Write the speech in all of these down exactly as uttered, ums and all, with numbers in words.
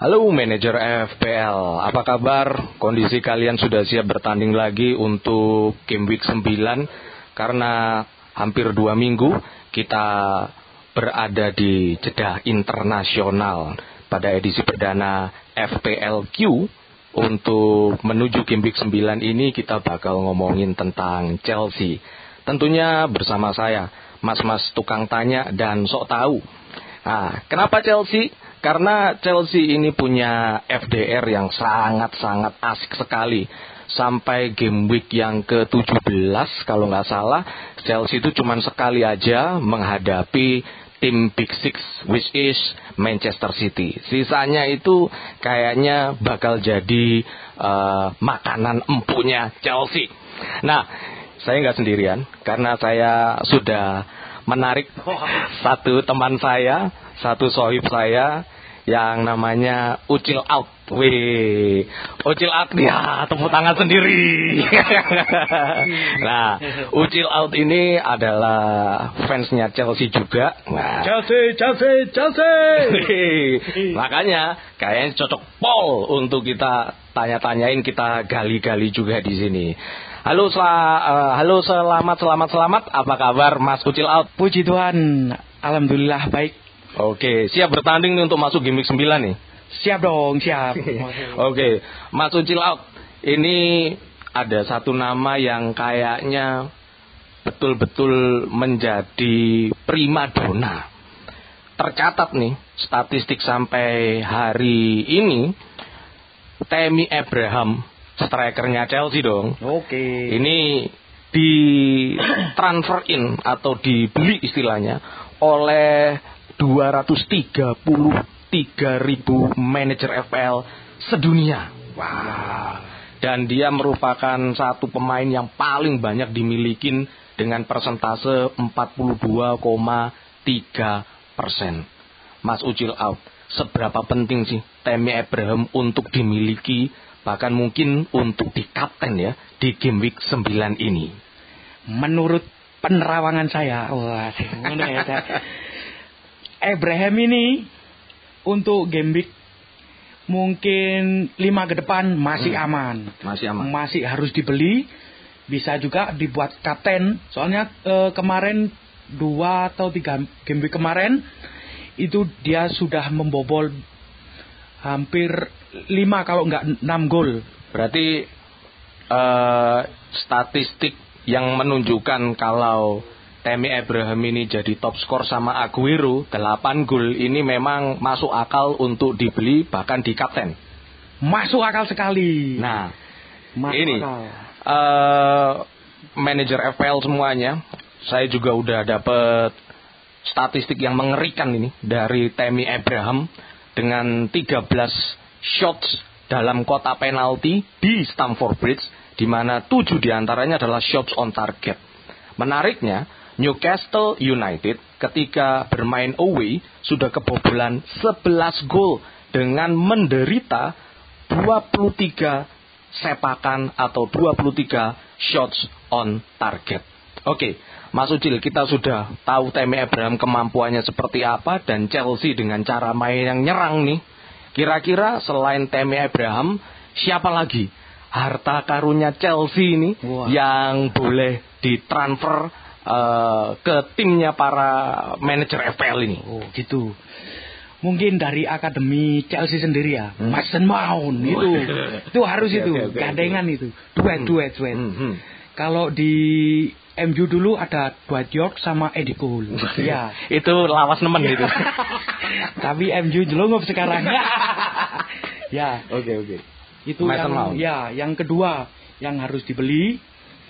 Halo manajer F P L, apa kabar? Kondisi kalian sudah siap bertanding lagi untuk game week sembilan? Karena hampir dua minggu kita berada di jeda internasional pada edisi perdana F P L Q. Untuk menuju game week sembilan ini kita bakal ngomongin tentang Chelsea. Tentunya bersama saya, mas-mas tukang tanya dan sok tahu. Nah, kenapa Chelsea? Karena Chelsea ini punya F D R yang sangat-sangat asik sekali. Sampai game week yang ke tujuh belas kalau nggak salah, Chelsea itu cuma sekali aja menghadapi tim Big Six, which is Manchester City. Sisanya itu kayaknya bakal jadi uh, makanan empunya Chelsea. Nah, saya nggak sendirian, karena saya sudah menarik satu teman saya, satu sohib saya, yang namanya Ucil Out. Wih, Ucil Out ya, tepuk tangan sendiri. Nah, Ucil Out ini adalah fansnya Chelsea juga. Nah, Chelsea, Chelsea, Chelsea. Makanya kayaknya cocok pol untuk kita tanya-tanyain, kita gali-gali juga di sini. Halo, sel- uh, halo selamat, selamat, selamat. Apa kabar Mas Ucil Out? Puji Tuhan, alhamdulillah baik. Oke, siap bertanding nih untuk masuk game week sembilan nih? Siap dong, siap. Oke, Mas Ucil Out, ini ada satu nama yang kayaknya betul-betul menjadi primadona. Tercatat nih, statistik sampai hari ini, Tammy Abraham, strikernya Chelsea dong. Oke. Ini di transfer in atau dibeli istilahnya oleh dua ratus tiga puluh tiga ribu manajer F P L sedunia. Wow. Dan dia merupakan satu pemain yang paling banyak dimilikin dengan persentase empat puluh dua koma tiga persen. Mas Ucil Out, seberapa penting sih Tammy Abraham untuk dimiliki, bahkan mungkin untuk di kapten ya di game week sembilan ini? Menurut penerawangan saya, wah, gimana ya, Abraham ini untuk game week mungkin lima ke depan masih hmm. aman. Masih aman. Masih harus dibeli, bisa juga dibuat kapten. Soalnya eh, kemarin dua atau tiga game week kemarin itu dia sudah membobol hampir lima kalau enggak enam gol. Berarti eh, statistik yang menunjukkan kalau Tammy Abraham ini jadi top skor sama Aguero delapan gol ini memang masuk akal untuk dibeli, bahkan di kapten. Masuk akal sekali. Nah, masuk ini uh, manajer F P L semuanya, saya juga udah dapet statistik yang mengerikan ini dari Tammy Abraham dengan tiga belas shots dalam kotak penalti di Stamford Bridge, di mana tujuh diantaranya adalah shots on target. Menariknya, Newcastle United ketika bermain away sudah kebobolan sebelas gol dengan menderita dua puluh tiga sepakan atau dua puluh tiga shots on target. Oke, Mas Ucil, kita sudah tahu Tammy Abraham kemampuannya seperti apa dan Chelsea dengan cara main yang nyerang nih. Kira-kira selain Tammy Abraham, siapa lagi harta karunnya Chelsea ini Wah. yang boleh ditransfer Uh, ke timnya para manajer F P L ini? Oh gitu. Mungkin dari akademi Chelsea sendiri ya, hmm. Mason Mount itu, itu harus okay, itu, okay, okay, gandengan okay. itu, duet, hmm. duet, duet. Hmm, hmm. Kalau di M U dulu ada Dwight York sama Eddie Cole. Ya, itu lawas nemen itu. Tapi M U jelungup sekarang. Ya, oke okay, oke. Okay. Itu Mason yang, Mount. Ya, yang kedua yang harus dibeli.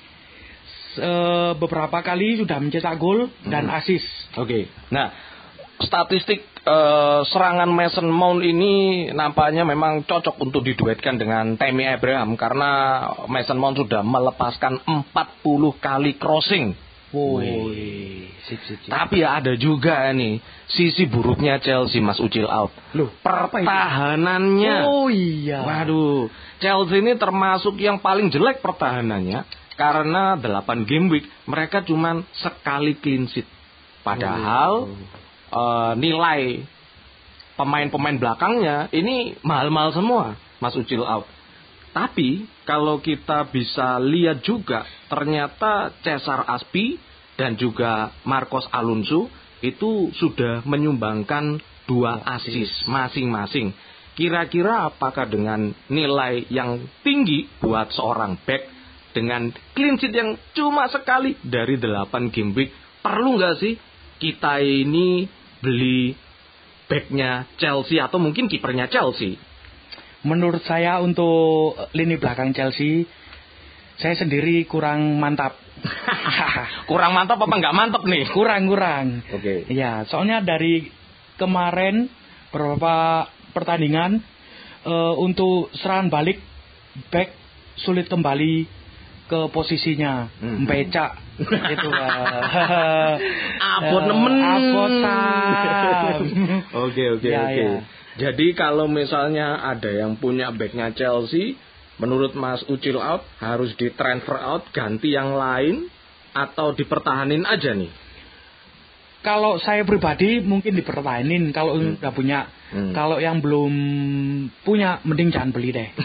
Uh, beberapa kali sudah mencetak gol hmm. dan assist. Oke. Okay. Nah, statistik uh, serangan Mason Mount ini nampaknya memang cocok untuk diduetkan dengan Tammy Abraham karena Mason Mount sudah melepaskan empat puluh kali crossing. Woi, sip, sip, sip. Tapi ya ada juga nih sisi buruknya Chelsea, Mas Ucil Out. Loh, pertahanannya. Oh iya. Waduh, Chelsea ini termasuk yang paling jelek pertahanannya. Karena delapan game week mereka cuma sekali clean sheet. Padahal oh. uh, nilai pemain-pemain belakangnya ini mahal-mahal semua, Mas Ucil out. Tapi kalau kita bisa lihat juga, ternyata Cesar Azpi dan juga Marcos Alonso itu sudah menyumbangkan dua assist masing-masing. Kira-kira apakah dengan nilai yang tinggi buat seorang back dengan clean sheet yang cuma sekali dari delapan game week, perlu nggak sih kita ini beli backnya Chelsea atau mungkin kipernya Chelsea? Menurut saya untuk lini belakang Chelsea, saya sendiri kurang mantap. Kurang mantap apa nggak mantap nih? Kurang kurang. Oke. Okay. Ya, soalnya dari kemarin beberapa pertandingan uh, untuk serangan balik back sulit kembali ke posisinya, hmm. becak gitu. Abot nemen. Abotan. Oke oke oke. Jadi kalau misalnya ada yang punya backnya Chelsea, menurut Mas Ucil out harus di transfer out, ganti yang lain atau dipertahanin aja nih? Kalau saya pribadi mungkin dipertahanin kalau hmm. udah punya. Hmm. Kalau yang belum punya, mending jangan beli deh.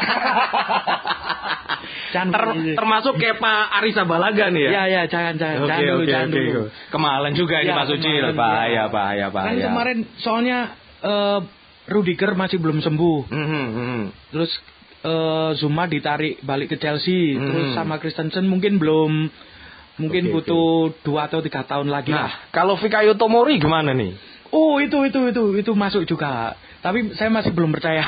Jangan Ter, beli. Termasuk kayak Pak Arisa Balaga nih ya? Ya ya jangan jangan okay, jangan dulu okay, jangan okay. dulu. Kemahalan juga ya, ini Mas Ucil, bahaya bahaya bahaya. Kan kemarin soalnya uh, Rudiger masih belum sembuh. Mm-hmm, mm-hmm. Terus uh, Zuma ditarik balik ke Chelsea. Mm-hmm. Terus sama Christensen mungkin belum, mungkin okay, butuh okay. dua atau tiga tahun lagi nah, lah. Kalau Fikayo Tomori gimana nih? Oh itu itu itu itu masuk juga. Tapi saya masih belum percaya.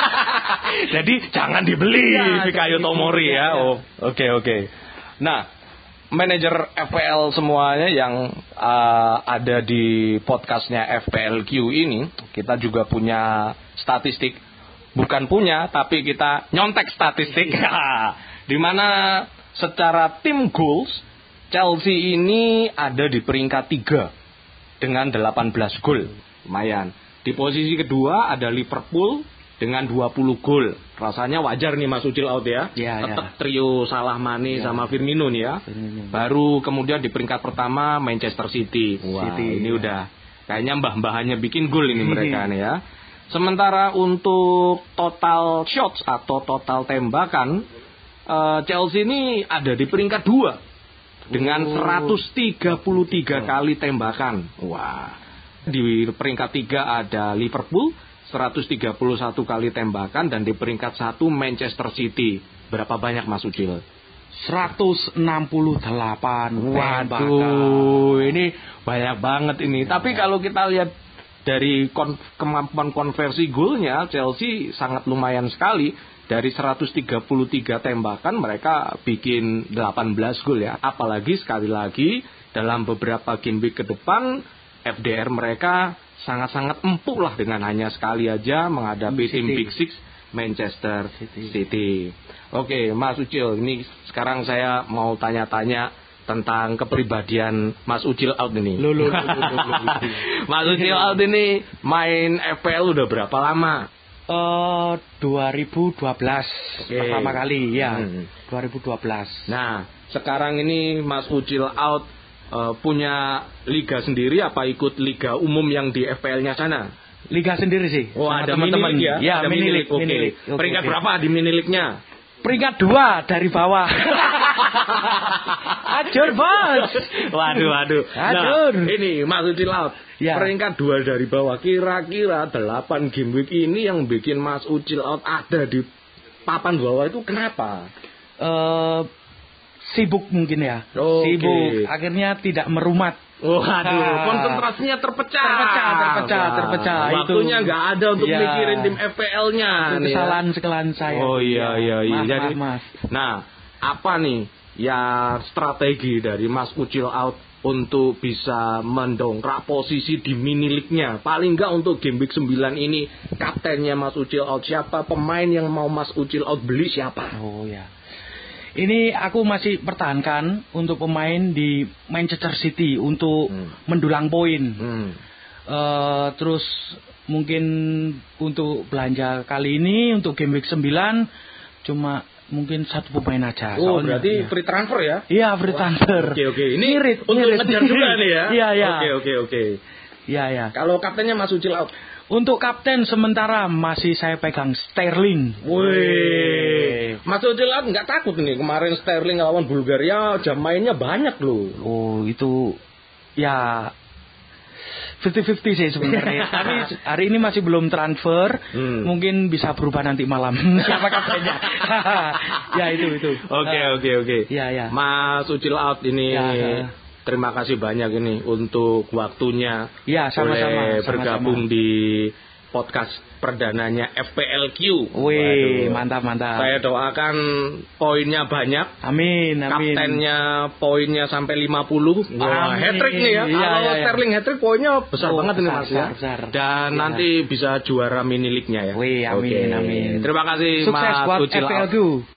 Jadi jangan dibeli ya, Fikayo Tomori ya. Oh, oke okay, oke. Okay. Nah, manajer F P L semuanya yang uh, ada di podcastnya F P L Q ini, kita juga punya statistik. Bukan punya, tapi kita nyontek statistik. Di mana secara tim goals, Chelsea ini ada di peringkat tiga dengan delapan belas gol. Lumayan. Di posisi kedua ada Liverpool dengan dua puluh gol. Rasanya wajar nih Mas Ucil out ya. ya Tetap ya. trio Salah, Mane ya. Sama Firmino nih ya. Firmino. Baru kemudian di peringkat pertama Manchester City. Wah, City, ini ya. Udah kayaknya mbah-mbahannya bikin gol ini mereka nih ya. Sementara untuk total shots atau total tembakan, uh, Chelsea ini ada di peringkat dua dengan seratus tiga puluh tiga kali tembakan. Wah. Di peringkat tiga ada Liverpool seratus tiga puluh satu kali tembakan, dan di peringkat satu Manchester City. Berapa banyak Mas Ucil? seratus enam puluh delapan. Waduh, ini banyak banget ini. Tapi kalau kita lihat dari kon- kemampuan konversi golnya, Chelsea sangat lumayan sekali. Dari seratus tiga puluh tiga tembakan mereka bikin delapan belas gol ya. Apalagi sekali lagi dalam beberapa game week ke depan F D R mereka sangat-sangat empuk lah dengan hanya sekali aja menghadapi tim Big Six Manchester City. City. Oke, Mas Ucil, ini sekarang saya mau tanya-tanya tentang kepribadian Mas Ucil out ini. Loh, loh, loh, loh, loh, loh. Mas Ucil out ini main F P L udah berapa lama? Uh, dua ribu dua belas okay. Pertama kali ya. Hmm. dua ribu dua belas. Nah, sekarang ini Mas Ucil out Uh, punya liga sendiri apa ikut liga umum yang di F P L-nya sana? Liga sendiri sih. Oh, ada teman-teman ya? Ya, ada mini league. Oke. Okay. Okay. Peringkat okay. berapa di mini league-nya? Peringkat dua dari bawah. Ajur bos. Waduh, waduh. Ajur. Nah, ini Mas Ucil out. Ya. Peringkat dua dari bawah. Kira-kira delapan game week ini yang bikin Mas Ucil out ada di papan bawah itu kenapa? Eh uh, Sibuk mungkin ya, oh, sibuk, okay. akhirnya tidak merumat. Oh, aduh, konsentrasinya terpecah, terpecah, terpecah, Wah, terpecah. Waktunya nggak ada untuk ya. mikirin tim F P L-nya. Itu kesalahan ya. kesalahan saya. Oh iya iya iya. Mas, Jadi, mas, mas. Nah, apa nih ya strategi dari Mas Ucil out untuk bisa mendongkrak posisi di mini league-nya? Paling nggak untuk game week sembilan ini, kaptennya Mas Ucil out siapa? Pemain yang mau Mas Ucil out beli siapa? Oh ya. Ini aku masih pertahankan untuk pemain di Manchester City untuk hmm. mendulang poin. Hmm. Uh, terus mungkin untuk belanja kali ini untuk game week sembilan cuma mungkin satu pemain aja. Oh, soalnya, berarti ya. free transfer ya? Iya, free transfer. Oke, oke. Ini ngirit, untuk ngirit. ngejar juga nih ya? Iya, iya. Oke, oke, oke. Iya, iya. Kalau kaptennya Mas Ucil out? Untuk kapten sementara masih saya pegang Sterling. Wih, Mas Ucil nggak takut nih kemarin Sterling lawan Bulgaria jam mainnya banyak loh. Oh itu ya fifty fifty sih sebenarnya. Tapi hari ini masih belum transfer. Hmm. Mungkin bisa berubah nanti malam. Siapa kaptennya? Ya itu itu. Oke oke oke. Ya ya. Mas Ucil out ini. Ya, ya. Terima kasih banyak ini untuk waktunya. Ya, sama-sama. Boleh bergabung sama-sama di podcast perdananya F P L Q. Wih, mantap mantap. Saya doakan poinnya banyak. Amin, amin. Kaptennya poinnya sampai lima puluh. Wah, hat-trick nih ya. Ya, Kalau ya, ya. Sterling hat-trick poinnya besar oh, banget besar, ini Mas besar, ya. Besar. Dan ya. nanti bisa juara mini league-nya ya. Wih, amin, Oke. amin. Terima kasih Sukses Mas buat Ucil. F P L Q.